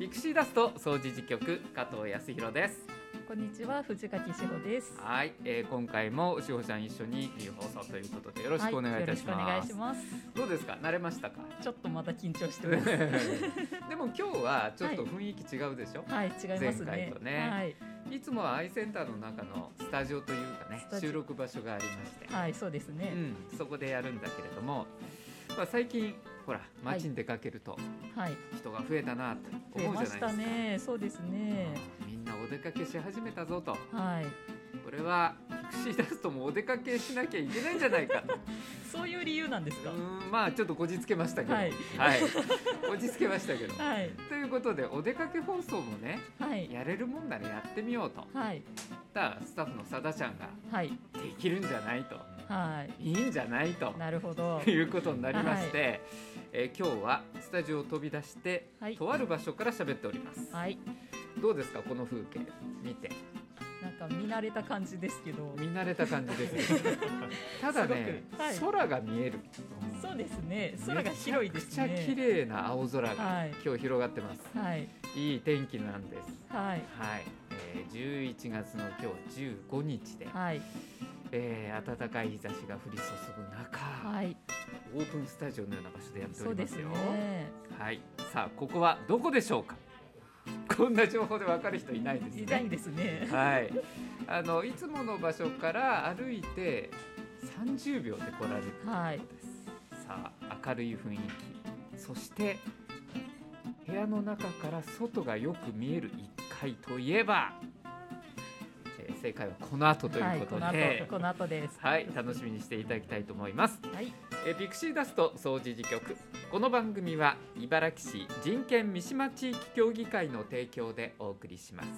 ピクシーダスト総持事局加藤康弘です。 こんにちは、藤垣志保です。 はい、今回も志保ちゃん一緒に放送ということでよろしくお願いいたします。 よろしくお願いします。 どうですか、慣れましたか？ ちょっとまだ緊張してますでも今日はちょっと雰囲気違うでしょ？ はい、違いますね。 前回とね、 はい、 いつもはアイセンターの中のスタジオというかね、収録場所がありまして、 はい、そうですね、 そこでやるんだけれども、最近ほら街に出かけると人が増えたなと思うじゃないですか。 増えましたね。そうですね。 みんなお出かけし始めたぞと、 はい、 これはピクシーダストもお出かけしなきゃいけないんじゃないかとそういう理由なんですか？ まあちょっとこじつけましたけど、 はい、 こじつけましたけど、 はい、 ということでお出かけ放送もね、 はい、 やれるもんならやってみようと、 はい、 スタッフのさだちゃんがはい、 できるんじゃないと、 はい、 いいんじゃないと、 なるほどいうことになりまして、今日はスタジオを飛び出して、とある場所から喋っております。 はい、 どうですかこの風景見て？ なんか見慣れた感じですけど。 見慣れた感じですただね、空が見える。 そうですね、空が広いですね。 めちゃくちゃ綺麗な青空が今日広がってます。いい天気なんです。11月の今日15日で、暖かい日差しが降り注ぐ中、オープンスタジオのような場所でやっておりますよ。さあここはどこでしょうか？こんな情報で分かる人いないですね。 いないですね。 いつもの場所から歩いて30秒で来られるそうです。さあ明るい雰囲気、そして部屋の中から外がよく見える1階といえば、正解はこの後ということで、 この後です。 楽しみにしていただきたいと思います。ピクシーダスト総持事局、この番組は茨城市人権三島地域協議会の提供でお送りします。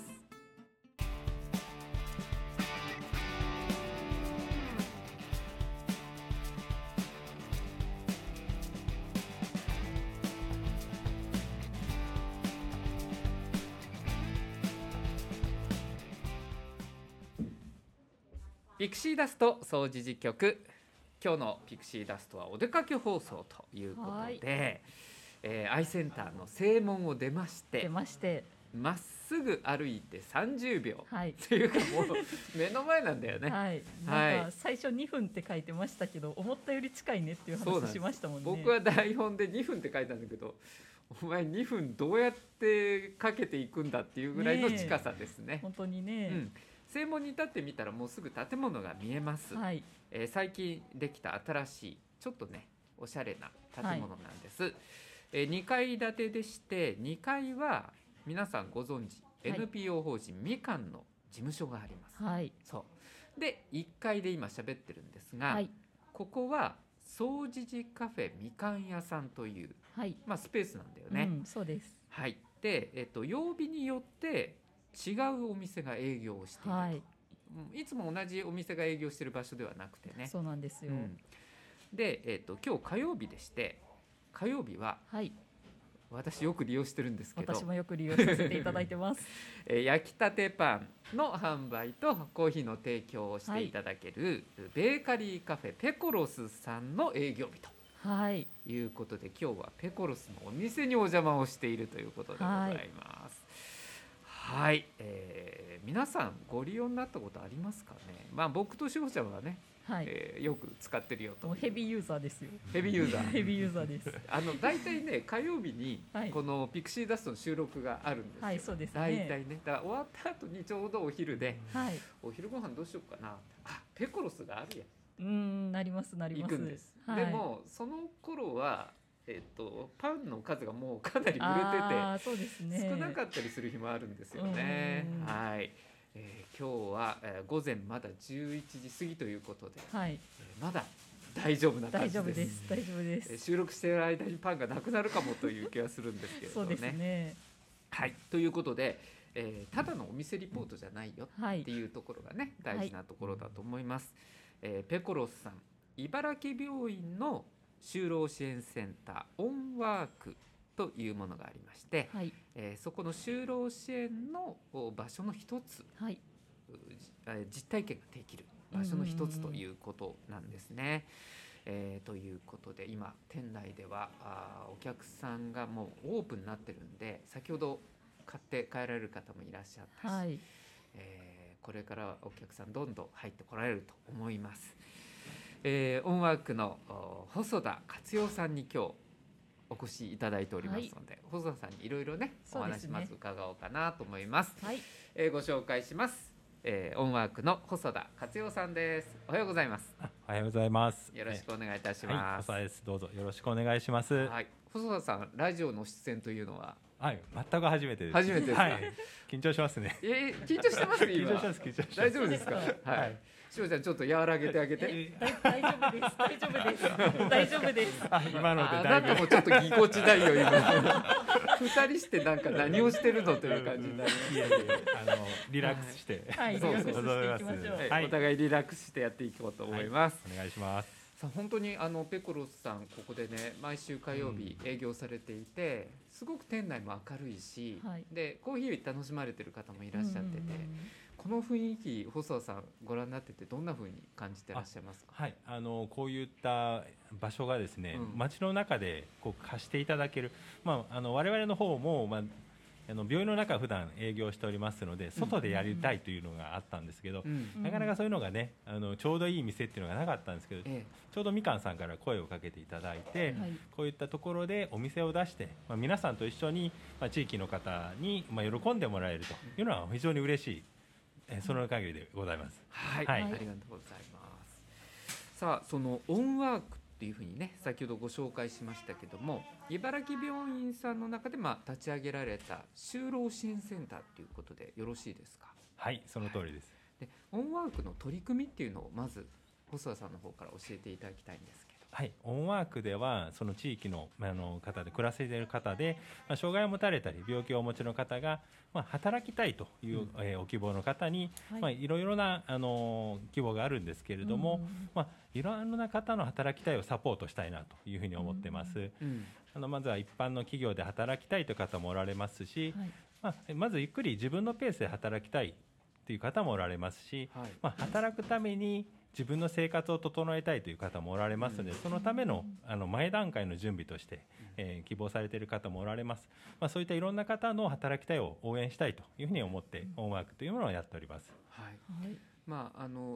ピクシーダスト総持事局、今日のピクシーダストはお出かけ放送ということで、アイセンターの正門を出ましてまっすぐ歩いて30秒、というかもう目の前なんだよね。 なんか最初2分って書いてましたけど、思ったより近いねっていう話しましたもんね。 僕は台本で2分って書いたんだけど、お前2分どうやってかけていくんだっていうぐらいの近さですね。 本当にね、 正門に立ってみたらもうすぐ建物が見えます。最近できた新しいちょっとねおしゃれな建物なんです。2階建てでして、2階は皆さんご存知、NPO 法人みかんの事務所があります。そうで1階で今喋ってるんですが、ここは総持寺カフェみかん屋さんという、スペースなんだよね。 そうです。 で、曜日によって違うお店が営業をしていると、いつも同じお店が営業している場所ではなくてね。 そうなんですよ。 で、今日火曜日でして、火曜日は、私よく利用してるんですけど、 私もよく利用させていただいてます焼きたてパンの販売とコーヒーの提供をしていただける、ベーカリーカフェペコロスさんの営業日ということで、今日はペコロスのお店にお邪魔をしているということでございます。皆さんご利用になったことありますかね？僕としほちゃんはね、よく使ってるよと。 ヘビーユーザーですよ。 ヘビーユーザーヘビーユーザーです。 だいたいね火曜日にこのピクシーダストの収録があるんですよ。 そうですね。 だいたいね、だから終わった後にちょうどお昼で、お昼ご飯どうしようかな、ペコロスがあるやん、 なりますなります。 行くんです。でもその頃はパンの数がもうかなり売れてて、少なかったりする日もあるんですよね。今日は、午前まだ11時過ぎということで、まだ大丈夫な感じです。 大丈夫です。 収録している間にパンがなくなるかもという気がするんですけれどね。 そうですね。 ということで、ただのお店リポートじゃないよっていうところがね、大事なところだと思います。ペコロスさん、茨城病院の就労支援センターオンワークというものがありまして、そこの就労支援の場所の一つ、実体験ができる場所の一つということなんですね。ということで今店内ではお客さんがもうオープンになってるんで、先ほど買って帰られる方もいらっしゃったし、 はい、 これからお客さんどんどん入ってこられると思います。オンワークの細田勝代さんに今日お越しいただいておりますので、はい、細田さんにいろいろねお話まず伺おうかなと思います。はい、ご紹介します。オンワークの細田勝代さんです。おはようございます。 おはようございます。 よろしくお願いいたします。 細田です。どうぞよろしくお願いします。 はい、細田さんラジオの出演というのははい、全く初めてです。 初めてですか。はい、 緊張しますね。 緊張してます今。 緊張します。 大丈夫ですか。はい。しおちゃんちょっと和らげてあげて。 大丈夫です。大丈夫です。大丈夫です。 今のでなんかもうちょっとぎこちないよ今。二人してなんか何をしてるのという感じになります。 リラックスして。 はい。そうそうそう。 お互いリラックスしてやっていこうと思います。 お願いします。 さあ本当にペコロスさんここでね毎週火曜日営業されていて、すごく店内も明るいし、はい、でコーヒーを楽しまれてる方もいらっしゃってて、この雰囲気細田さんご覧になっててどんな風に感じてらっしゃいますか。 はい、こういった場所がですね、街の中でこう貸していただける、我々の方も、病院の中は普段営業しておりますので外でやりたいというのがあったんですけど、なかなかそういうのがねちょうどいい店っていうのがなかったんですけど、ちょうどみかんさんから声をかけていただいて、こういったところでお店を出して、皆さんと一緒に、地域の方に、喜んでもらえるというのは非常に嬉しい、その限りでございます。 はい、ありがとうございます。さあそのオンワークっていうふうにね先ほどご紹介しましたけども、茨城病院さんの中で立ち上げられた就労支援センターということでよろしいですか。 はい、その通りです。 でオンワークの取り組みっていうのをまず細田さんの方から教えていただきたいんですけど。 はい、オンワークではその地域の方で暮らしている方で、障害を持たれたり病気をお持ちの方が、働きたいという、お希望の方に、いろいろな希望があるんですけれども、いろんな方の働きたいをサポートしたいなというふうに思ってます。まずは一般の企業で働きたいという方もおられますし、まずゆっくり自分のペースで働きたいという方もおられますし、働くために自分の生活を整えたいという方もおられますので、そのための前段階の準備として、希望されている方もおられます。そういったいろんな方の働きたいを応援したいというふうに思ってオンワークというものをやっております。 はい、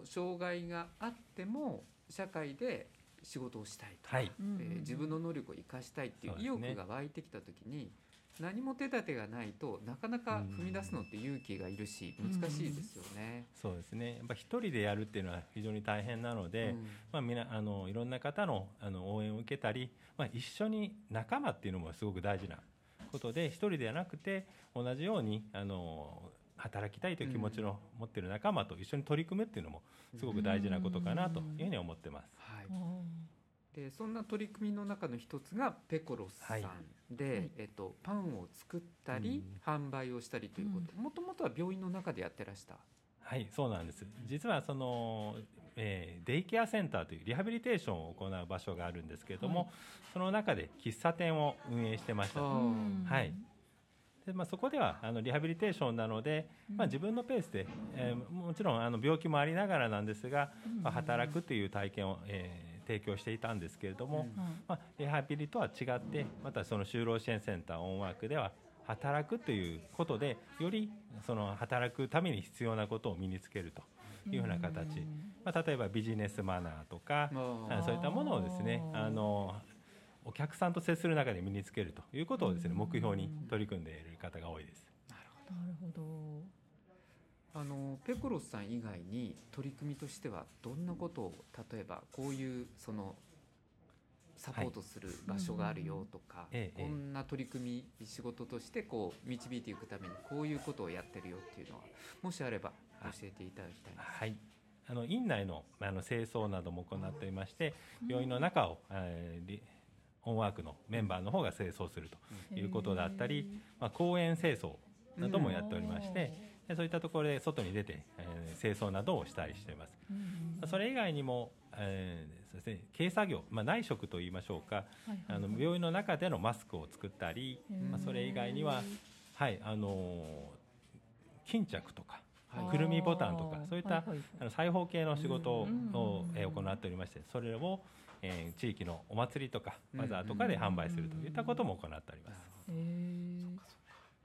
障害があっても社会で仕事をしたいとか、自分の能力を生かしたいっていう意欲が湧いてきた時に、何も手立てがないとなかなか踏み出すのって勇気がいるし難しいですよね。 そうですね。やっぱ一人でやるっていうのは非常に大変なので、いろんな方の応援を受けたり、一緒に仲間っていうのもすごく大事なことで、一人ではなくて同じように働きたいという気持ちの持っている仲間と一緒に取り組むっていうのもすごく大事なことかなというふうに思ってます。 はい、でそんな取り組みの中の一つがペコロスさんで、パンを作ったり、販売をしたりということ、もともとは病院の中でやってらした。 はい、そうなんです。実はその、デイケアセンターというリハビリテーションを行う場所があるんですけれども、その中で喫茶店を運営してました。はい。でそこではリハビリテーションなので、自分のペースで、もちろん病気もありながらなんですが、働くという体験を、提供していたんですけれども、リハビリとは違ってまたその就労支援センターオンワークでは働くということでよりその働くために必要なことを身につけるというふうな形、例えばビジネスマナーとかそういったものをですねお客さんと接する中で身につけるということをですね目標に取り組んでいる方が多いです。 なるほど。 ペコロスさん以外に取り組みとしてはどんなことを例えばこういうそのサポートする場所があるよとか、こんな取り組み仕事としてこう導いていくためにこういうことをやってるよっていうのはもしあれば教えていただきたいです。 はい、院内の清掃なども行っておりまして、病院の中を、オンワークのメンバーの方が清掃するということだったり、公園清掃などもやっておりまして、そういったところで外に出て、清掃などをしたりしています。それ以外にも、そうですね、軽作業、内職といいましょうか、病院の中でのマスクを作ったり、それ以外には、巾着とかくるみボタンとかそういった裁縫系の仕事を行っておりまして、それを地域のお祭りとかバザーとかで販売するといったことも行っております。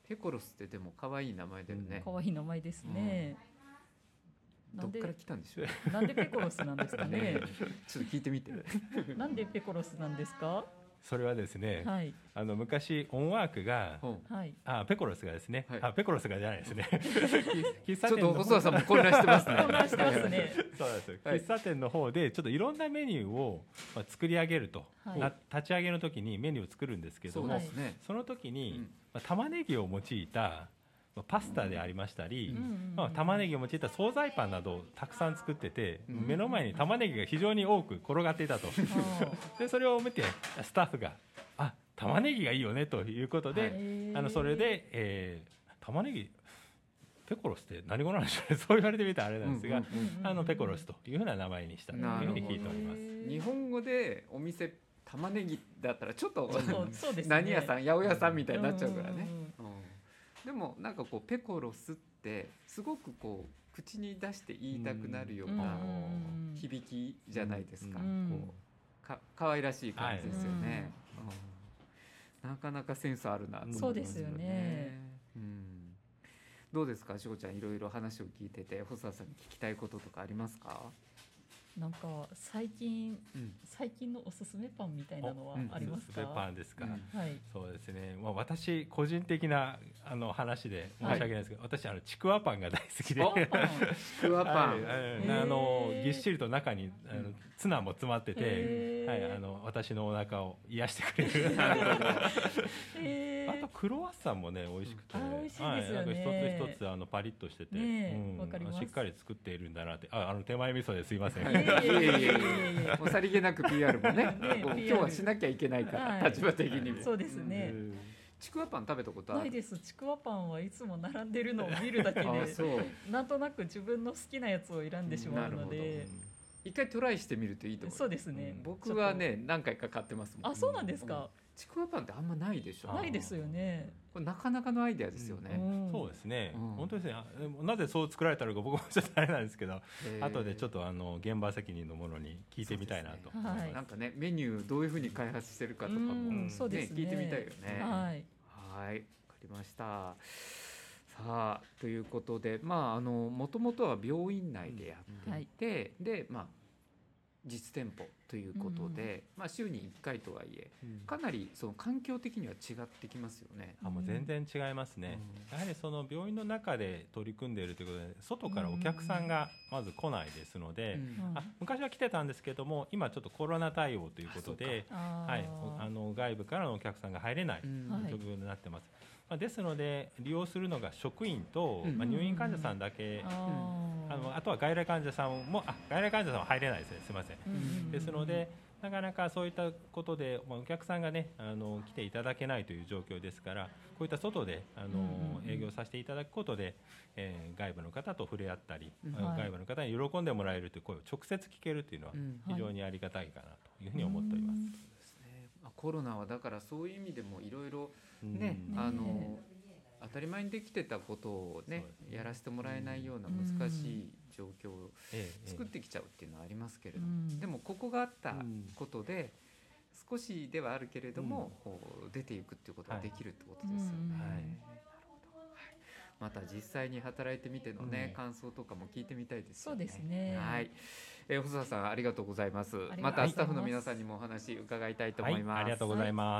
ペコロスってでも可愛い名前だよね。 可愛い名前ですね。 どっから来たんでしょう。 なんでペコロスなんですかね。 ちょっと聞いてみて。 なんでペコロスなんですか。 それはですね、 はい、 昔オンワークが、 はい、 ペコロスがですね、 はい、 ペコロスがじゃないですね喫茶店のちょっと細田さんも混乱してますね。 混乱してますね。 そうです、喫茶店の方でちょっといろんなメニューを作り上げると、 はい、 立ち上げの時にメニューを作るんですけども、 そうですね、 その時に、玉ねぎを用いたパスタでありましたり、玉ねぎを用いた惣菜パンなどをたくさん作ってて、目の前に玉ねぎが非常に多く転がっていたとでそれを見てスタッフが玉ねぎがいいよねということで、それで、玉ねぎペコロスって何語なんでしょうねそう言われてみたらあれなんですが、ペコロスというふうな名前にしたというふうに聞いております。 日本語でお店玉ねぎだったらちょっとそうです、ね、 何屋さん八百屋さんみたいになっちゃうからね。でもなんかこうペコロスってすごくこう口に出して言いたくなるような響きじゃないですか。こう可愛らしい感じですよね。なかなかセンスあるなと思いますよね。そうですよね。どうですか、しほちゃん、いろいろ話を聞いてて細田さんに聞きたいこととかありますか？ なんか最近のおすすめパンみたいなのはありますか？ おすすめパンですか？ はい。 そうですね。私個人的な話で申し訳ないですけど、私ちくわパンが大好きで、 ちくわパン、 ぎっしりと中にツナも詰まってて、私のお腹を癒してくれる。あとクロワッサンもね美味しくて、 美味しいですよね。 一つ一つパリッとしてて、 わかります。 しっかり作っているんだなって、手前味噌ですいません。 もうさりげなく PR もね今日はしなきゃいけないから、立場的にも。 そうですね。 ちくわパン食べたことある？ ないです。ちくわパンはいつも並んでるのを見るだけでなんとなく自分の好きなやつを選んでしまうので、 一回トライしてみるといいと思います。 そうですね。 僕はね何回か買ってますもん。 そうなんですか。 ちくわパンってあんまないでしょ。 ないですよね。 これなかなかのアイデアですよね。 そうですね。本当ですね。なぜそう作られたのか僕もちょっとあれなんですけど、後でちょっと現場責任のものに聞いてみたいなと。 なんかねメニューどういうふうに開発してるかとかもね聞いてみたいよね。はい、わかりました。さあということで、もともとは病院内でやっていて、で実店舗ということで、週に1回とはいえかなりその環境的には違ってきますよね。 もう全然違いますね。やはりその病院の中で取り組んでいるということで、外からお客さんがまず来ないですので、昔は来てたんですけども、今ちょっとコロナ対応ということで、外部からのお客さんが入れない状況になってます。ですので利用するのが職員と、入院患者さんだけ、あとは外来患者さんも外来患者さんは入れないですね、すみません。ですのでなかなかそういったことで、お客さんがね来ていただけないという状況ですから、こういった外で営業させていただくことで、外部の方と触れ合ったり、外部の方に喜んでもらえるという声を直接聞けるというのは非常にありがたいかなというふうに思っております。 コロナはだからそういう意味でもいろいろね、当たり前にできてたことをねやらせてもらえないような難しい状況を作ってきちゃうっていうのはありますけれども、でもここがあったことで少しではあるけれども出ていくっていうことができるってことですよね。また実際に働いてみてのね感想とかも聞いてみたいですよね。 そうですね。 はい。細田さんありがとうございます。またスタッフの皆さんにもお話伺いたいと思います。 ありがとうございます。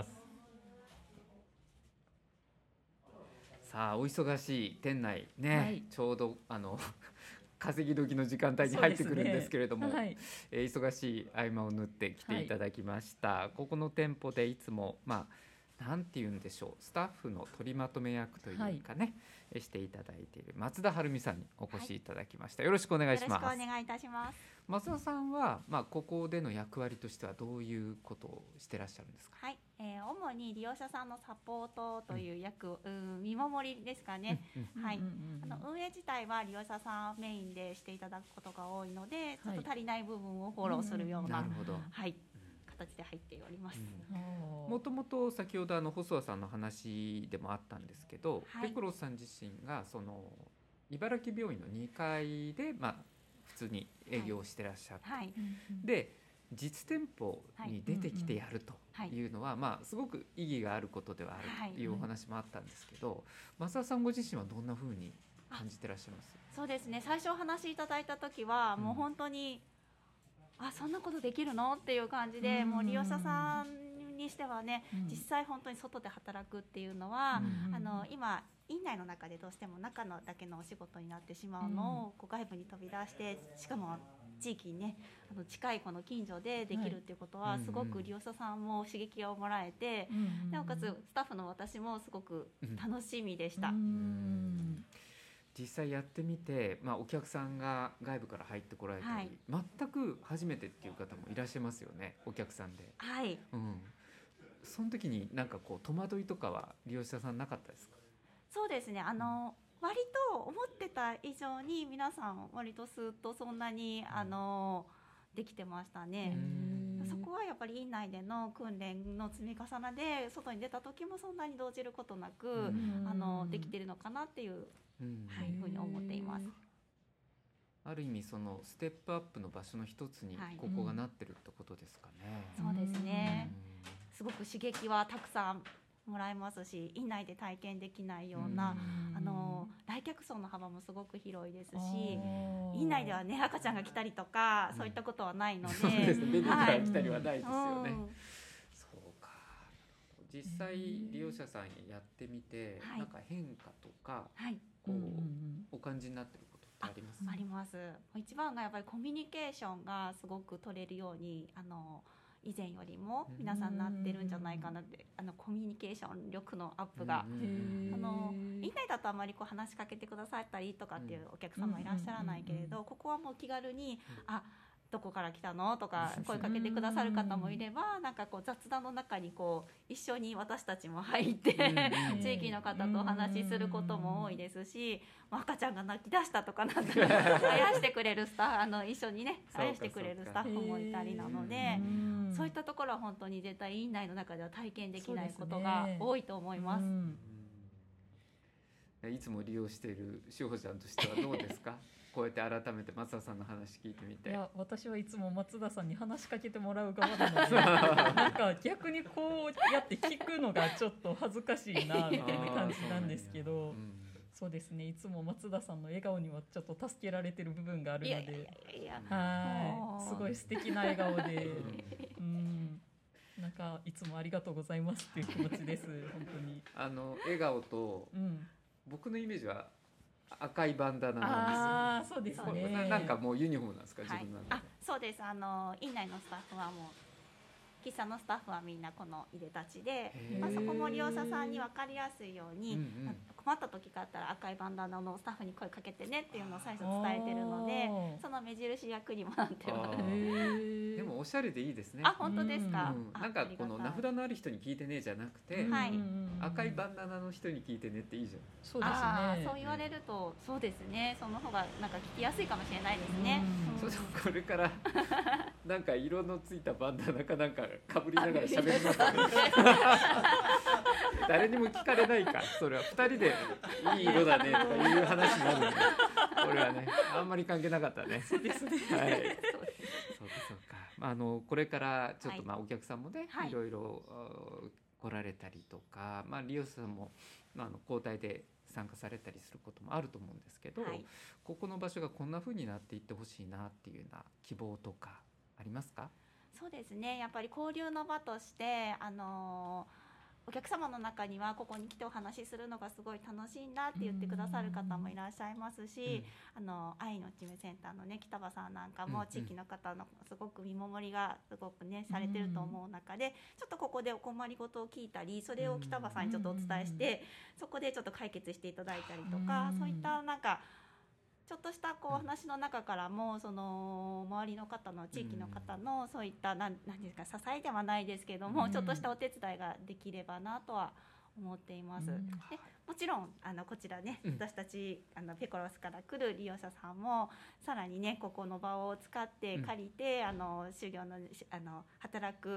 さあお忙しい店内ね、ちょうど稼ぎ時の時間帯に入ってくるんですけれども、忙しい合間を縫って来ていただきました。ここの店舗でいつもなんて言うんでしょう、スタッフの取りまとめ役というかね、していただいている松田晴美さんにお越しいただきました。よろしくお願いします。 よろしくお願いいたします。 松田さんは、ここでの役割としてはどういうことをしてらっしゃるんですか？ はい、主に利用者さんのサポートという役、見守りですかね。はい、運営自体は利用者さんメインでしていただくことが多いので、ちょっと足りない部分をフォローするような、形で入っております。 もともと先ほど細田さんの話でもあったんですけど、ペコロスさん自身がその茨城病院の2階で普通に営業してらっしゃって、で実店舗に出てきてやるというのは、まあ、すごく意義があることではあるというお話もあったんですけど、増田さんご自身はどんなふうに感じてらっしゃいます？ そうですね、最初お話しいただいた時はもう本当に、そんなことできるのっていう感じで、もう利用者さんにしてはね、実際本当に外で働くっていうのは、今院内の中でどうしても中のだけのお仕事になってしまうのを、こう外部に飛び出して、しかも地域にね近いこの近所でできるっていうことは、すごく利用者さんも刺激をもらえて、なおかつスタッフの私もすごく楽しみでした。 実際やってみて、お客さんが外部から入ってこられたり、全く初めてっていう方もいらっしゃいますよね、お客さんで。 はい、 その時になんかこう戸惑いとかは利用者さんなかったですか？ そうですね、割と思ってた以上に皆さん割とスーッとそんなにできてましたね。そこはやっぱり院内での訓練の積み重ねで、外に出た時もそんなに動じることなく、できてるのかなっていうふうに思っています。 ある意味そのステップアップの場所の一つにここがなってるってことですかね。 そうですね、すごく刺激はたくさんもらえますし、院内で体験できないような来客層の幅もすごく広いですし、院内ではね赤ちゃんが来たりとか、そういったことはないので、 そうですね、ベビーカー来たりはないですよね。そうか。実際利用者さんやってみて、なんか変化とか、こうお感じになってることってあります？ あります。一番がやっぱりコミュニケーションがすごく取れるように以前よりも皆さんなってるんじゃないかなって、コミュニケーション力のアップが、院内だとあまりこう話しかけてくださったりとかっていうお客様いらっしゃらないけれど、ここはもう気軽にどこから来たのとか声かけてくださる方もいれば、なんかこう雑談の中にこう一緒に私たちも入って地域の方とお話しすることも多いですし、赤ちゃんが泣き出したとかなったらあやしてくれるスタッフ一緒にねあやしてくれるスタッフもいたりなので、そういったところは本当に絶対院内の中では体験できないことが多いと思います。 いつも利用しているしほちゃんとしてはどうですか？こうやって改めて松田さんの話聞いてみて。 いや、私はいつも松田さんに話しかけてもらう側なのでなんか逆にこうやって聞くのがちょっと恥ずかしいなみたいな感じなんですけど、そうですね、いつも松田さんの笑顔にはちょっと助けられてる部分があるので、すごい素敵な笑顔でなんかいつもありがとうございますっていう気持ちです。本当に笑顔と、僕のイメージは赤いバンダナなんですよ。 そうですね。 なんかもうユニフォームなんですか、自分の中で。 そうです。院内のスタッフはもう喫茶のスタッフはみんなこのいでたちで、そこも利用者さんに分かりやすいように、困った時があったら赤いバンダナのスタッフに声かけてねっていうのを最初伝えてるので、その目印役にもなってます。 でもおしゃれでいいですね。 本当ですか？ なんかこの名札のある人に聞いてねじゃなくて、赤いバンダナの人に聞いてねっていいじゃん。 そうですね。 そう言われるとそうですね。その方がなんか聞きやすいかもしれないですね。 これからなんか色のついたバンダナかなんかかぶりながら喋ります誰にも聞かれないか、それは2人でいい色だねとかいう話になるんで、これはねあんまり関係なかったね。 そうですね。 はい。そうか。これからちょっとお客さんもね、いろいろ来られたりとか、利用者さんも交代で参加されたりすることもあると思うんですけど、ここの場所がこんな風になっていってほしいなっていうような希望とかありますか？ そうですね、やっぱり交流の場としてお客様の中にはここに来てお話しするのがすごい楽しいんだって言ってくださる方もいらっしゃいますし、愛のチームセンターのね北場さんなんかも地域の方のすごく見守りがすごくねされてると思う中で、ちょっとここでお困りごとを聞いたり、それを北場さんにちょっとお伝えして、そこでちょっと解決していただいたりとか、そういったなんかちょっとしたこう話の中からも、その周りの方の地域の方のそういった何ですか、支えではないですけども、ちょっとしたお手伝いができればなとは思っています。でもちろんこちらね、私たちペコロスから来る利用者さんもさらにねここの場を使って借りて、就業の働く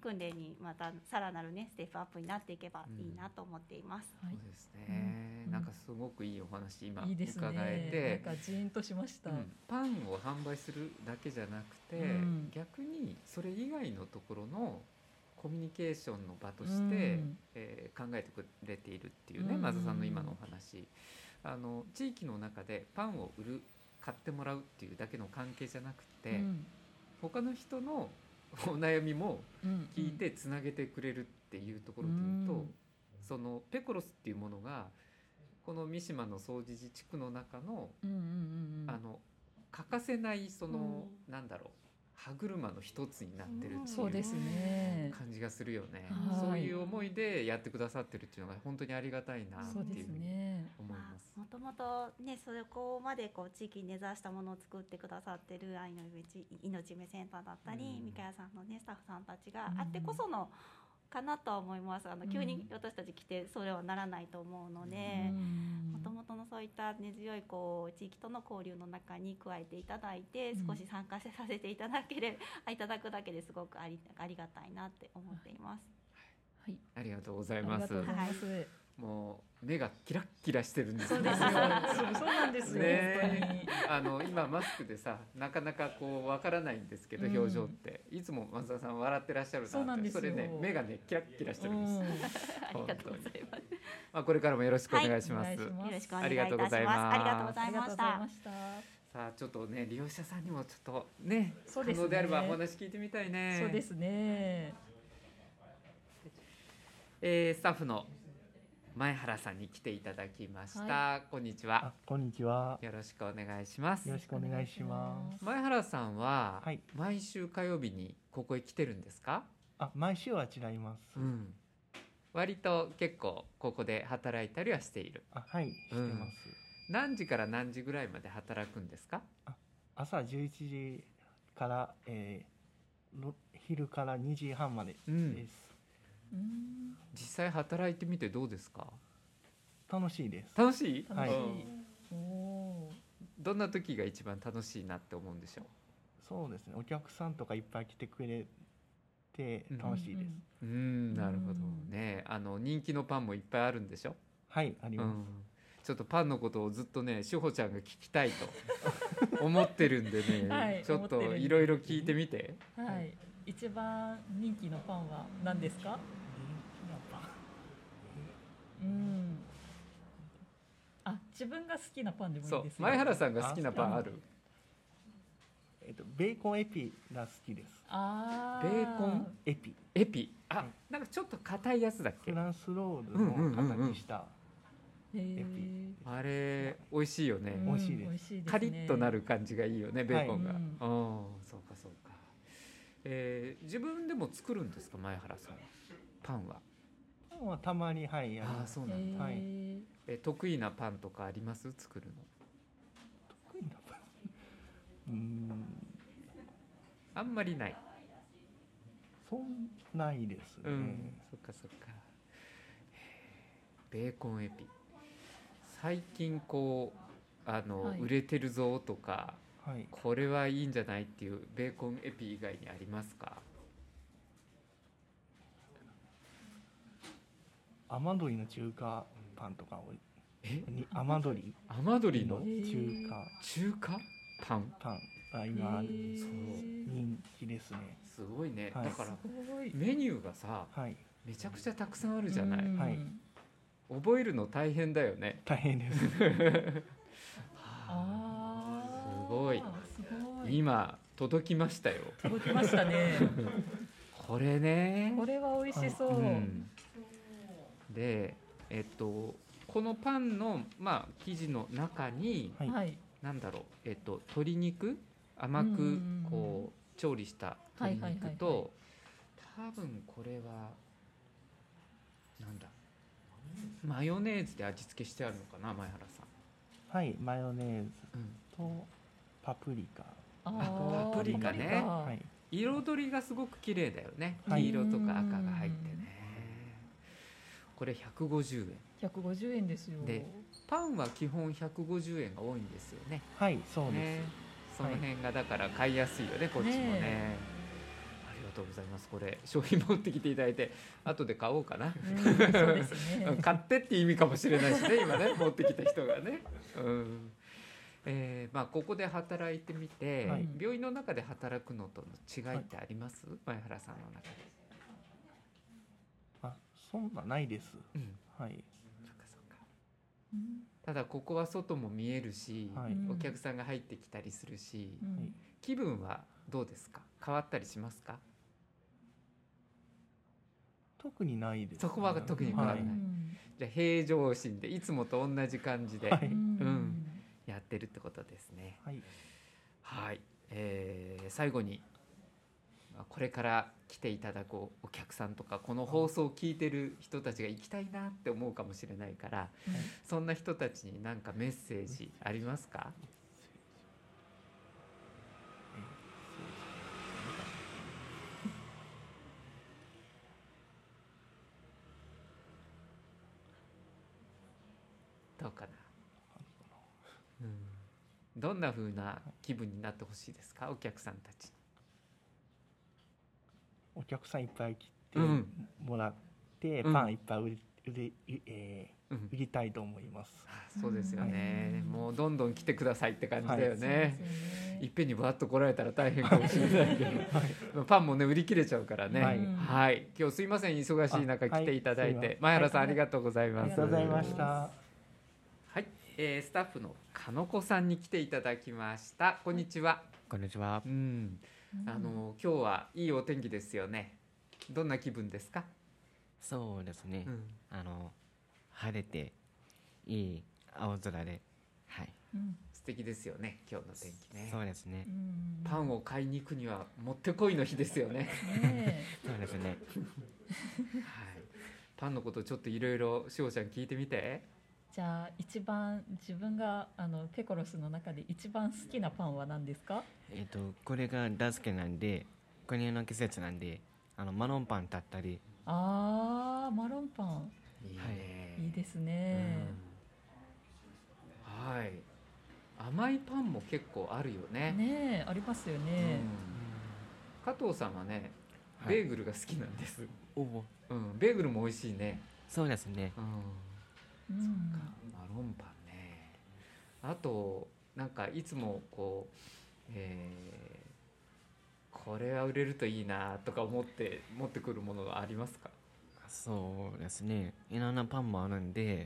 訓練にまたさらなるねステップアップになっていけばいいなと思っています。 そうですね、なんかすごくいいお話今いいですね、 伺えて、 なんかジーンとしました、 パンを販売するだけじゃなくて、逆にそれ以外のところのコミュニケーションの場として、考えてくれているっていうね、松田さんの今のお話、地域の中でパンを売る、買ってもらうっていうだけの関係じゃなくて、他の人のお悩みも聞いてつなげてくれるっていうところでいうと、そのペコロスっていうものがこの三島の総持寺地区の中の欠かせないその、なんだろう、歯車の一つになってるっていう感じがするよね。そういう思いでやってくださってるっていうのが本当にありがたいなっていうふうに思います。 もともとね、そこまでこう地域に根ざしたものを作ってくださってる愛の命夢センターだったり、三河屋さんのねスタッフさんたちがあってこそのかなとは思います。急に私たち来てそれはならないと思うので、もともとのそういった根強いこう地域との交流の中に加えていただいて、少し参加させていただくだけですごくありがたいなって思っています。 はい、ありがとうございます。もう目がキラッキラしてるんです。 そうですよ。そうなんですよ。 ね、今マスクでさ、なかなかこうわからないんですけど、表情っていつも松田さん笑ってらっしゃるなって。それね、目がねキラッキラしてるんです。 ありがとうございます。 まあこれからもよろしくお願いします。 よろしくお願いいたします。ありがとうございました。 さあちょっとね利用者さんにもちょっとね、可能であればお話聞いてみたいね。 そうですね。 スタッフの前原さんに来ていただきました。こんにちは。 こんにちは。 よろしくお願いします。 よろしくお願いします。 前原さんは毎週火曜日にここへ来てるんですか？ 毎週は違います。 割と結構ここで働いたりはしている。 はい、してます。 何時から何時ぐらいまで働くんですか？ 朝11時から、昼から2時半までです。 実際働いてみてどうですか？ 楽しいです。 楽しい？ はい。 どんな時が一番楽しいなって思うんでしょう？ そうですね。お客さんとかいっぱい来てくれて楽しいです。 なるほどね。人気のパンもいっぱいあるんでしょ？ はい、あります。 ちょっとパンのことをずっとね、しほちゃんが聞きたいと思ってるんでね、ちょっといろいろ聞いてみて。 はい。一番人気のパンは何ですか？自分が好きなパンでもいいですよ。 前原さんが好きなパンある？ ベーコンエピが好きです。 ベーコンエピ。 エピ。なんかちょっと硬いやつだっけ？ フランスロールの形したエピ。 あれ美味しいよね。 美味しいです。 カリッとなる感じがいいよね、ベーコンが。そうかそうか。自分でも作るんですか、前原さんは？パンは？ パンはたまにやります。 そうなんだ。得意なパンとかあります？作るの。 得意なパン。 あんまりない。 ないですね。 そっかそっか。ベーコンエピ。最近こう売れてるぞとか、これはいいんじゃないっていうベーコンエピ以外にありますか？ 甘鶏の中華パンとか多い。甘鶏の中華パン今人気ですね。 すごいね。だからメニューがさ、めちゃくちゃたくさんあるじゃない。覚えるの大変だよね。 大変です。すごい。今届きましたよ。 届きましたね。 これね。 これは美味しそう。 で、このパンの生地の中に、なんだろう、鶏肉、甘くこう調理した鶏肉と、多分これはなんだ、マヨネーズで味付けしてあるのかな、前原さん。 はい、マヨネーズとパプリカ。 パプリカね。彩りがすごく綺麗だよね。黄色とか赤が入ってね。これ150円。 150円ですよ。 で、パンは基本150円が多いんですよね。 はい、そうです。 その辺がだから買いやすいよね、こっちもね。ありがとうございます。これ商品持ってきていただいて後で買おうかな。 そうですね。 買ってって意味かもしれないしね、今ね持ってきた人がね。ここで働いてみて、はい、病院の中で働くのとの違いってあります？前原さんの中で。 そんなないです。はい。 ただここは外も見えるし、はい、お客さんが入ってきたりするし、気分はどうですか？変わったりしますか？ 特にないです、ね。 そこは特に変わらない。じゃあ平常心でいつもと同じ感じで、はい、やってるってことですね。はい。はい。最後にこれから来ていただくお客さんとかこの放送を聞いてる人たちが行きたいなって思うかもしれないから、そんな人たちに何かメッセージありますか？どうかな、どんな風な気分になってほしいですか？お客さんたちに。 お客さんいっぱい来てもらって、パンいっぱい売りたいと思います。 そうですよね、もうどんどん来てくださいって感じだよね。いっぺんにバッと来られたら大変かもしれないけど、パンもね売り切れちゃうからね。はい、今日すいません忙しい中来ていただいて、前原さんありがとうございます。 ありがとうございました。 はい、スタッフの金子さんに来ていただきました。こんにちは。 こんにちは。 今日はいいお天気ですよね。どんな気分ですか？ そうですね、晴れていい青空で、はい、 素敵ですよね今日の天気ね。 そうですね。 パンを買いに行くにはもってこいの日ですよね。 そうですね。 はい、パンのことちょっといろいろしおちゃん聞いてみて。 じゃあ一番自分がペコロスの中で一番好きなパンは何ですか？ これが大好きなんで、これの季節なんでマロンパンだったり。 マロンパンいいね、はい、いいですね、 はい。甘いパンも結構あるよね。 ねえ、ありますよね、 加藤さんはねベーグルが好きなんです、ベーグルも美味しいね。 そうですね、 そっか、マロンパンね。あとなんかいつもこう、これは売れるといいなとか思って持ってくるものがありますか？ そうですね、いろんなパンもあるんで、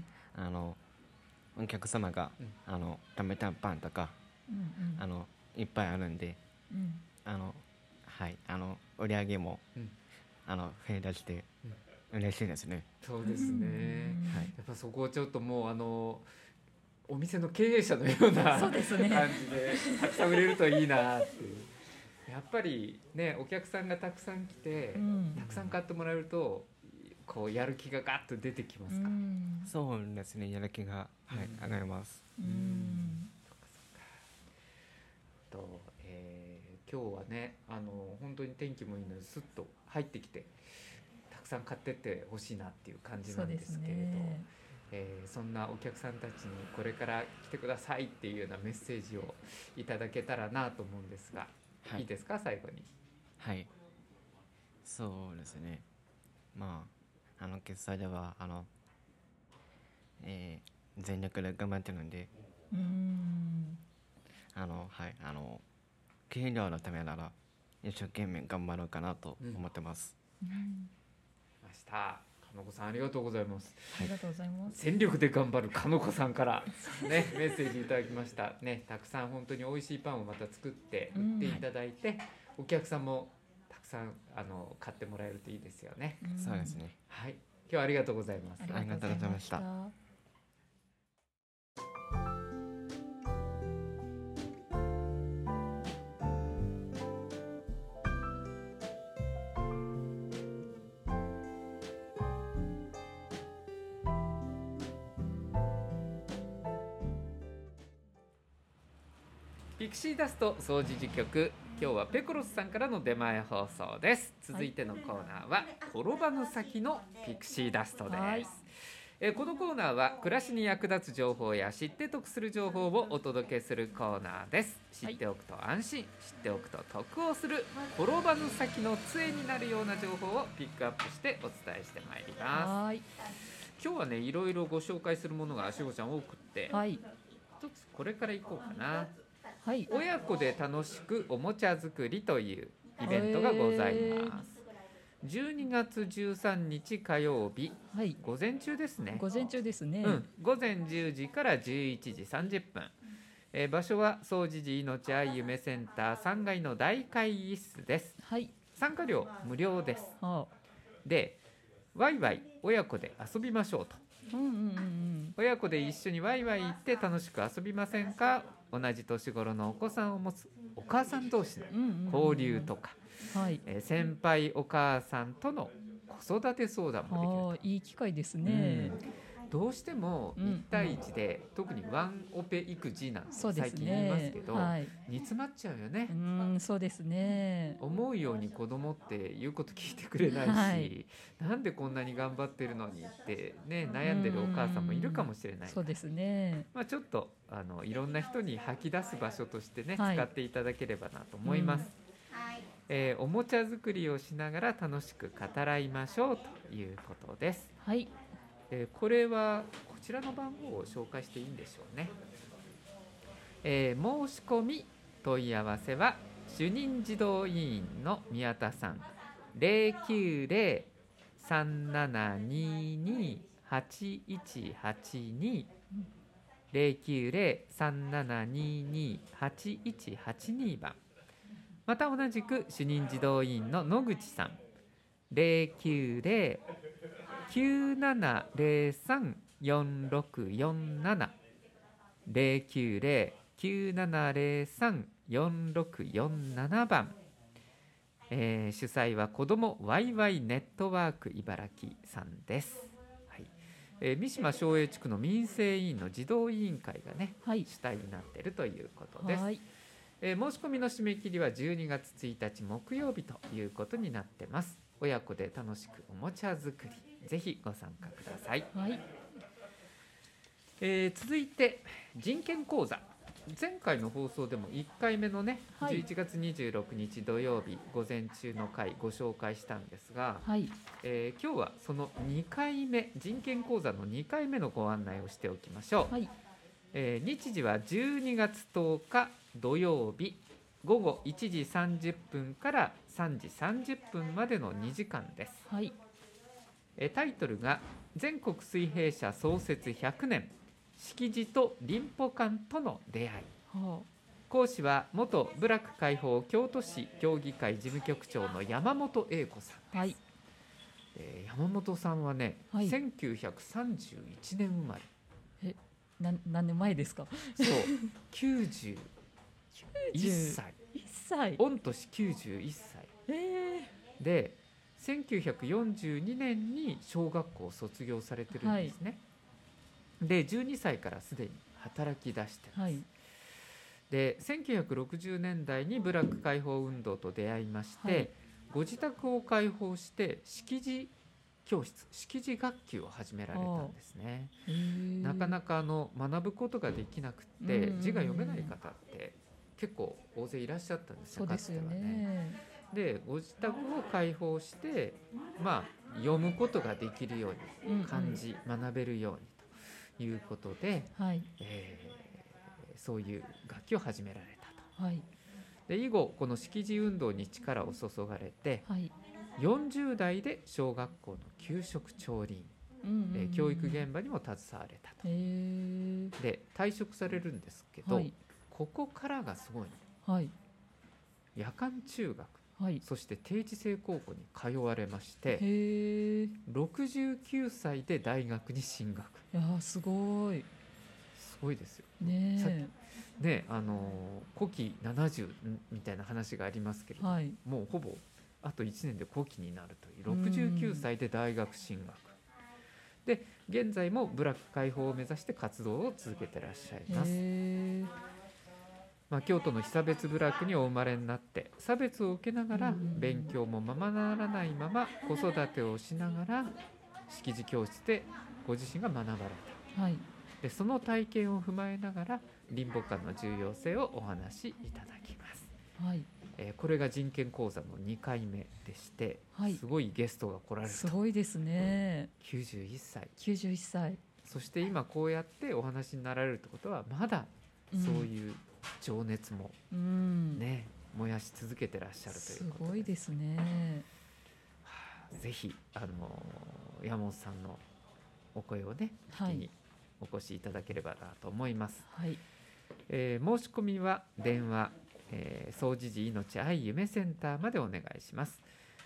お客様が、食べたパンとか、いっぱいあるんで、はい、売り上げも、増えだして嬉しいですね。 そうですね、やっぱそこをちょっともうお店の経営者のような感じでたくさん売れるといいなっていう。やっぱりねお客さんがたくさん来て、たくさん買ってもらえるとこうやる気がガッと出てきますか？ そうですね、やる気が、上がります。 今日はね本当に天気もいいのでスッと入ってきてたくさん買ってってほしいなっていう感じなんですけれど、そんなお客さんたちにこれから来てくださいっていうようなメッセージをいただけたらなと思うんですが、いいですか？最後に。 はい、そうですね、決済では全力で頑張ってるんで、給料のためなら一生懸命頑張ろうかなと思ってます。 ました。金子さんありがとうございます。 ありがとうございます。 全力で頑張る金子さんからねメッセージいただきましたね。たくさん本当に美味しいパンをまた作って売っていただいて、お客さんもたくさん買ってもらえるといいですよね。 そうですね。 はい、今日はありがとうございます。 ありがとうございました。 ピクシーダスト総除事局、今日はペコロスさんからの出前放送です。続いてのコーナーは、転ばぬ先のピクシーダストです。 このコーナーは暮らしに役立つ情報や知って得する情報をお届けするコーナーです。知っておくと安心、知っておくと得をする、転ばぬ先の杖になるような情報をピックアップしてお伝えしてまいります。今日はね、いろいろご紹介するものがしほちゃん多くって、一つこれからいこうかな。親子で楽しくおもちゃ作りというイベントがございます。12月13日火曜日、午前中ですね。 午前中ですね。 午前10時から11時30分。場所は総持寺命愛夢センター3階の大会議室です。参加料無料です。で、ワイワイ親子で遊びましょうと。親子で一緒にワイワイ行って楽しく遊びませんか。同じ年頃のお子さんを持つお母さん同士の交流とか、先輩お母さんとの子育て相談もできる。 いい機会ですね。 どうしても1対1で、特にワンオペ育児なんて最近言いますけど、煮詰まっちゃうよね。 そうですね。 思うように子供って言うこと聞いてくれないし、なんでこんなに頑張ってるのにってね、悩んでるお母さんもいるかもしれない。 そうですね。 ちょっといろんな人に吐き出す場所としてね、使っていただければなと思います。おもちゃ作りをしながら楽しく語らいましょうということです。これはこちらの番号を紹介していいんでしょうね。申し込み問い合わせは主任児童委員の宮田さん、090-3722-8182 090-3722-8182番、また同じく主任児童委員の野口さん、090-9703-4647 090-9703-4647番、主催は子どもワイワイネットワーク茨城さんです。三島松栄地区の民生委員の児童委員会がね、主体になっているということです。申し込みの締め切りは12月1日木曜日ということになってます。親子で楽しくおもちゃ作り、ぜひご参加ください。続いて人権講座、前回の放送でも1回目のね、11月26日土曜日午前中の回ご紹介したんですが、今日はその2回目、人権講座の2回目のご案内をしておきましょう。日時は12月10日土曜日午後1時30分から3時30分までの2時間です。タイトルが全国水平社創設100年、敷地と林保館との出会い。講師は元部落解放京都市協議会事務局長の山本英子さんです。山本さんはね、1931年生まれ。 何年前ですか。 そう、91歳。御年91歳。で、1942年に小学校を卒業されてるんですね。で、12歳からすでに働き出してます。で、1960年代に部落解放運動と出会いまして、ご自宅を開放して敷地教室、敷地学級を始められたんですね。なかなか学ぶことができなくて、字が読めない方って結構大勢いらっしゃったんですよ、かつてはね。で、ご自宅を開放して、読むことができるように、漢字学べるようにということで、そういう学級を始められたと。で、以後この敷地運動に力を注がれて、40代で小学校の給食調理員、教育現場にも携われたと。で、退職されるんですけど、ここからがすごいね。夜間中学、そして定時制高校に通われまして、69歳で大学に進学。 すごい。 すごいですよね。古希70みたいな話がありますけれども、もうほぼあと1年で古希になるという69歳で大学進学で、現在も部落解放を目指して活動を続けてらっしゃいます。京都の被差別部落にお生まれになって、差別を受けながら勉強もままならないまま子育てをしながら識字教室でご自身が学ばれた、はい、でその体験を踏まえながら林母館の重要性をお話しいただきます、はい。これが人権講座の2回目でして、はい、すごいゲストが来られると。 すごいですね。 91歳 91歳、 そして今こうやってお話になられるってことはまだそういう情熱もね、燃やし続けてらっしゃるということで、 すごいですね。 ぜひ山本さんのお声をね聞きにお越しいただければなと思います、はい。申し込みは電話、総持寺命愛夢センターまでお願いします。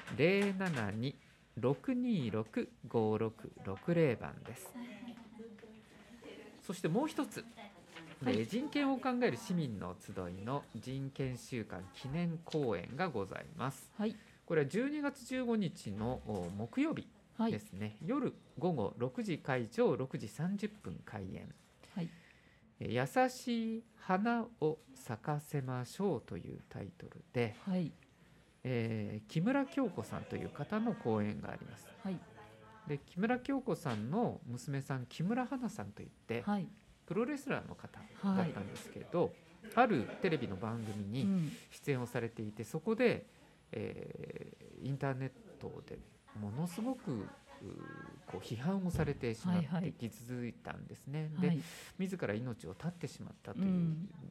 072-626-5660 番です。そしてもう一つ、はい、人権を考える市民の集いの人権週間記念公演がございます、はい。これは12月15日の木曜日ですね、はい、夜午後6時会場、6時30分開演、はい。優しい花を咲かせましょうというタイトルで、はい。木村京子さんという方の講演があります、はい。で木村京子さんの娘さん木村花さんといって、はい、プロレスラーの方だったんですけど、はい、あるテレビの番組に出演をされていて、そこで、インターネットでものすごくこう批判をされてしまって傷ついたんですね、はいはい。で自ら命を絶ってしまったという、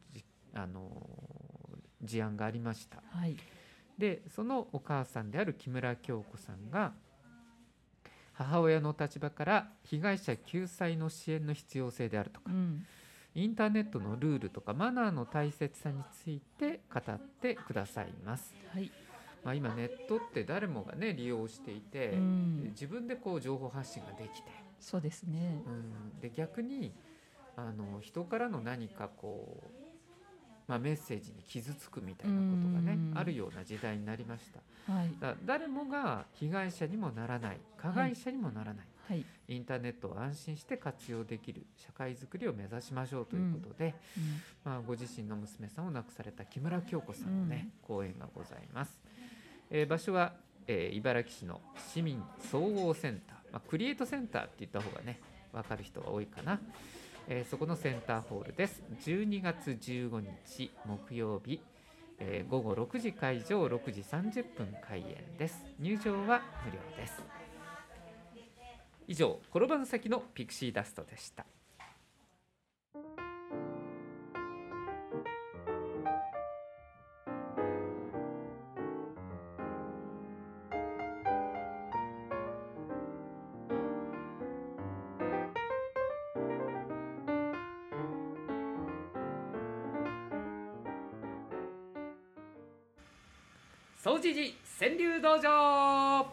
事案がありました、はい。でそのお母さんである木村京子さんが母親の立場から被害者救済の支援の必要性であるとか、インターネットのルールとかマナーの大切さについて語ってくださいます、はい。今ネットって誰もがね利用していて、自分でこう情報発信ができて、 そうですね、 で逆に人からの何かこう、メッセージに傷つくみたいなことがねあるような時代になりました、はい。だ誰もが被害者にもならない、加害者にもならない、はい、インターネットを安心して活用できる社会づくりを目指しましょうということで、ご自身の娘さんを亡くされた木村京子さんのね、講演がございます。場所は、茨城市の市民総合センター、クリエイトセンターって言った方がね分かる人が多いかな、そこのセンターホールです。12月15日木曜日、午後6時会場、6時30分開演です。入場は無料です。以上、転ばぬ先のピクシーダストでした。総持寺川柳道場。ちょ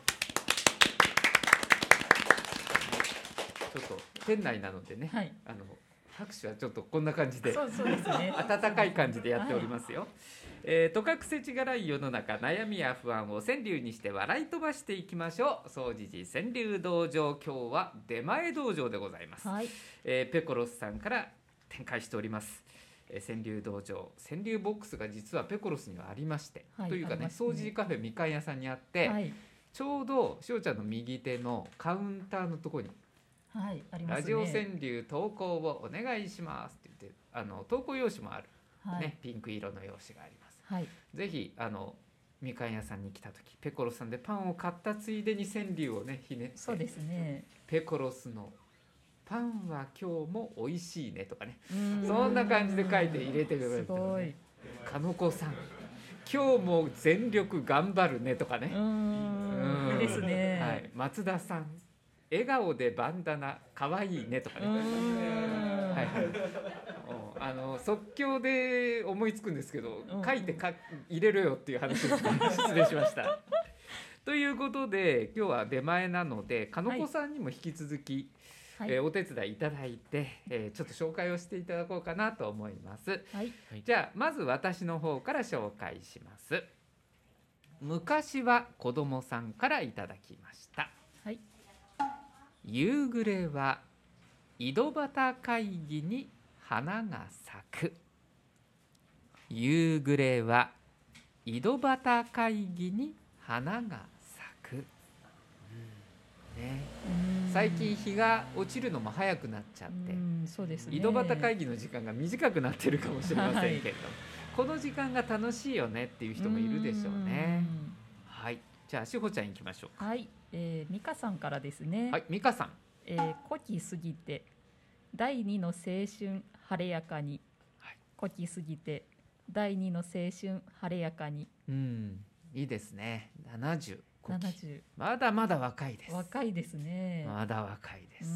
っと店内なのでね、はい、拍手はちょっとこんな感じで、 そうですね、 温かい感じでやっておりますよ、とかくせちがらい世の中、悩みや不安を川柳にして笑い飛ばしていきましょう。総持寺川柳道場、今日は出前道場でございます、はい。ペコロスさんから展開しております川柳道場、川柳ボックスが実はペコロスにはありまして、はい、というかね、総持寺カフェみかん屋さんにあって、はい、ちょうどしおちゃんの右手のカウンターのところに、はい、ありますね、ラジオ川柳投稿をお願いしますって言って投稿用紙もある、はいね、ピンク色の用紙があります、はい。ぜひみかん屋さんに来た時、ペコロスさんでパンを買ったついでに川柳をねひねって、 そうですね、 ペコロスのパンは今日も美味しいねとかね、そんな感じで書いて入れてくれる、ね、すごい。かのこさん、今日も全力頑張るねとかね、 いいですね、 はい。松田さん、笑顔でバンダナかわいいねとかね、はいはい、即興で思いつくんですけど、書いて入れろよっていう話です、失礼しましたということで今日は出前なので、かのこさんにも引き続き、はい、お手伝いいただいて、ちょっと紹介をしていただこうかなと思います、はい。じゃあまず私の方から紹介します。昔は子供さんからいただきました、はい。夕暮れは井戸端会議に花が咲く。夕暮れは井戸端会議に花が咲く、ね、 最近日が落ちるのも早くなっちゃって、 そうですね、 井戸端会議の時間が短くなってるかもしれませんけれど、この時間が楽しいよねっていう人もいるでしょうね。はい、じゃあしほちゃん行きましょうか。 はい、美香さんからですね。 はい、美香さん。 古希過ぎて第二の青春晴れやかに、古希過ぎて第二の青春晴れやかに。 いいですね。70。 70。 まだまだ若いです。 若いですね。 まだ若いです。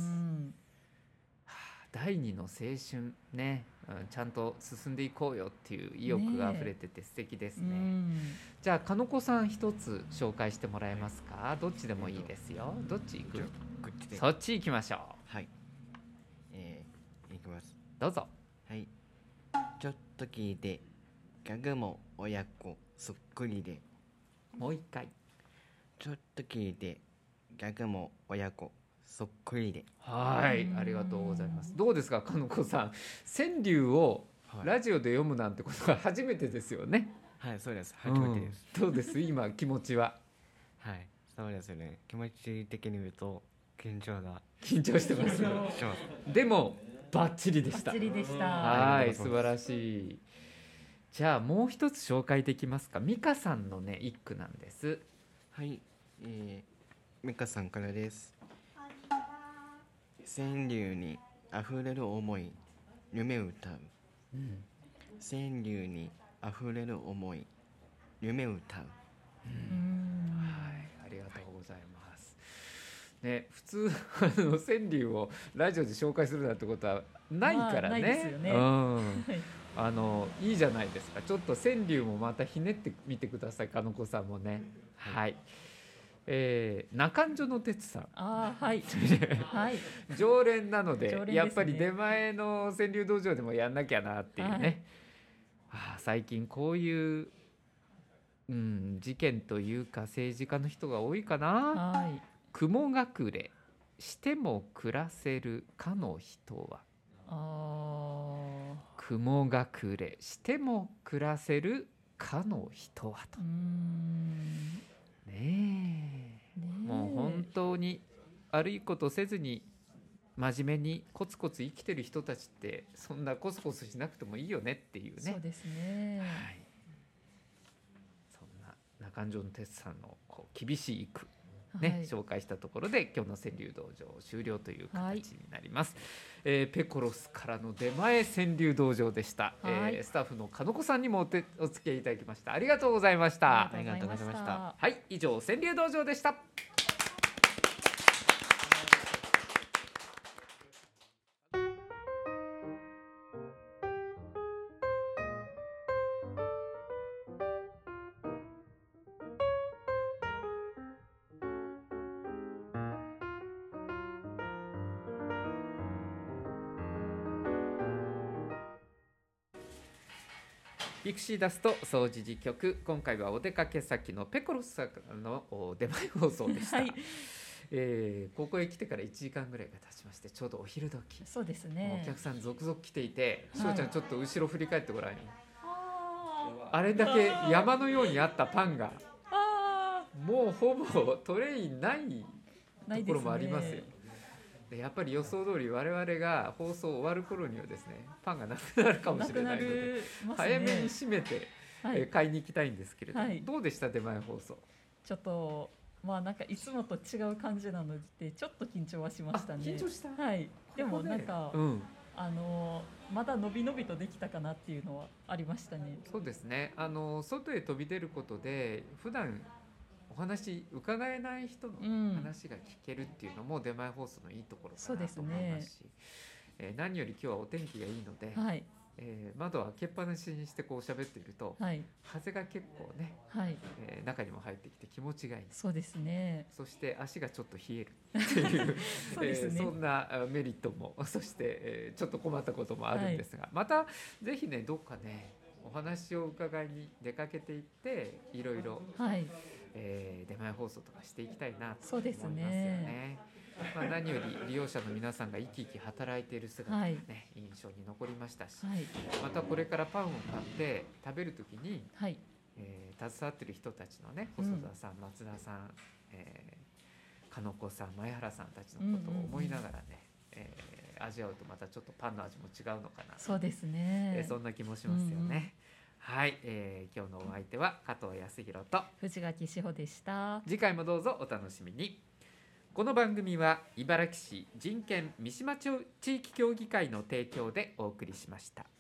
第二の青春ね、ちゃんと進んでいこうよっていう意欲があふれてて素敵ですね。じゃあかのこさん一つ紹介してもらえますか。どっちでもいいですよ。どっち行く？そっち行きましょう。 はい。行きます。 どうぞ。 はい。ちょっと聞いて、ギャグも親子そっくりで。 もう一回。 ちょっと聞いて、ギャグも親子そっくりで。 はい、ありがとうございます。どうですか、かのこさん。川柳をラジオで読むなんてことが初めてですよね。 はい、そうです。初めてです。 どうです、今気持ちは。 はい、そうですね。気持ち的に言うと緊張してます。でもバッチリでした。 バッチリでした。 はい、素晴らしい。じゃあもう一つ紹介できますか。美香さんのね一句なんです。 はい、美香さんからです。川柳にあふれる思い、夢歌う。川柳にあふれる思い、夢歌う。 はい、ありがとうございます。ね、普通川柳をラジオで紹介するなんてことはないからね。ないですよね。いいじゃないですか。ちょっと川柳もまたひねってみてください、かのこさんもね。はい。中条の哲さん、 はい、 常連なので、やっぱり出前の川柳道場でもやんなきゃなっていうね。最近こういう、事件というか政治家の人が多いかな。雲隠れしても暮らせるかの人は。雲隠れしても暮らせるかの人はと。もう本当に悪いことせずに真面目にコツコツ生きてる人たちってそんなコツコツしなくてもいいよねっていうね。 そうですね。 そんな中条の哲さんの厳しい句ね、紹介したところで今日の川柳道場終了という形になります。ペコロスからの出前川柳道場でした。スタッフのかのこさんにもお付き合いいただきました。ありがとうございました。 ありがとうございました。 はい、以上川柳道場でした。ピクシーダスト総持寺局、今回はお出かけ先のペコロスさんの出前放送でした。ここへ来てから1時間ぐらいが経ちまして、ちょうどお昼時。 そうですね。 お客さん続々来ていて、しおちゃんちょっと後ろ振り返ってごらんよ。あれだけ山のようにあったパンがもうほぼトレイないところもありますよ。でやっぱり予想通り我々が放送終わる頃にはですね、パンがなくなるかもしれないので、早めに閉めて、買いに行きたいんですけれども、どうでした出前放送。 ちょっとなんかいつもと違う感じなのでちょっと緊張はしましたね。 緊張した。 はい。でもなんか、まだのびのびとできたかなっていうのはありましたね。 そうですね。外へ飛び出ることで普段お話伺えない人の話が聞けるっていうのも出前放送のいいところかなと思いますし、何より今日はお天気がいいので、窓を開けっぱなしにしてこう喋っていると、風が結構ね、中にも入ってきて気持ちがいい。 そうですね。 そして足がちょっと冷えるっていうそんなメリットも、そして、ちょっと困ったこともあるんですが、またぜひねどっかねお話を伺いに出かけていっていろいろ出前放送とかしていきたいなと思いますよね。何より利用者の皆さんが生き生き働いている姿がね、印象に残りましたし、またこれからパンを買って食べるときに、携わっている人たちのね、細田さん、松田さん、 金子さん前原さんたちのことを思いながらね、味わうとまたちょっとパンの味も違うのかな。 そうですね、 そんな気もしますよね。はい、今日のお相手は加藤康弘と藤垣志保でした。 次回もどうぞお楽しみに。この番組は茨城市人権三島地域協議会の提供でお送りしました。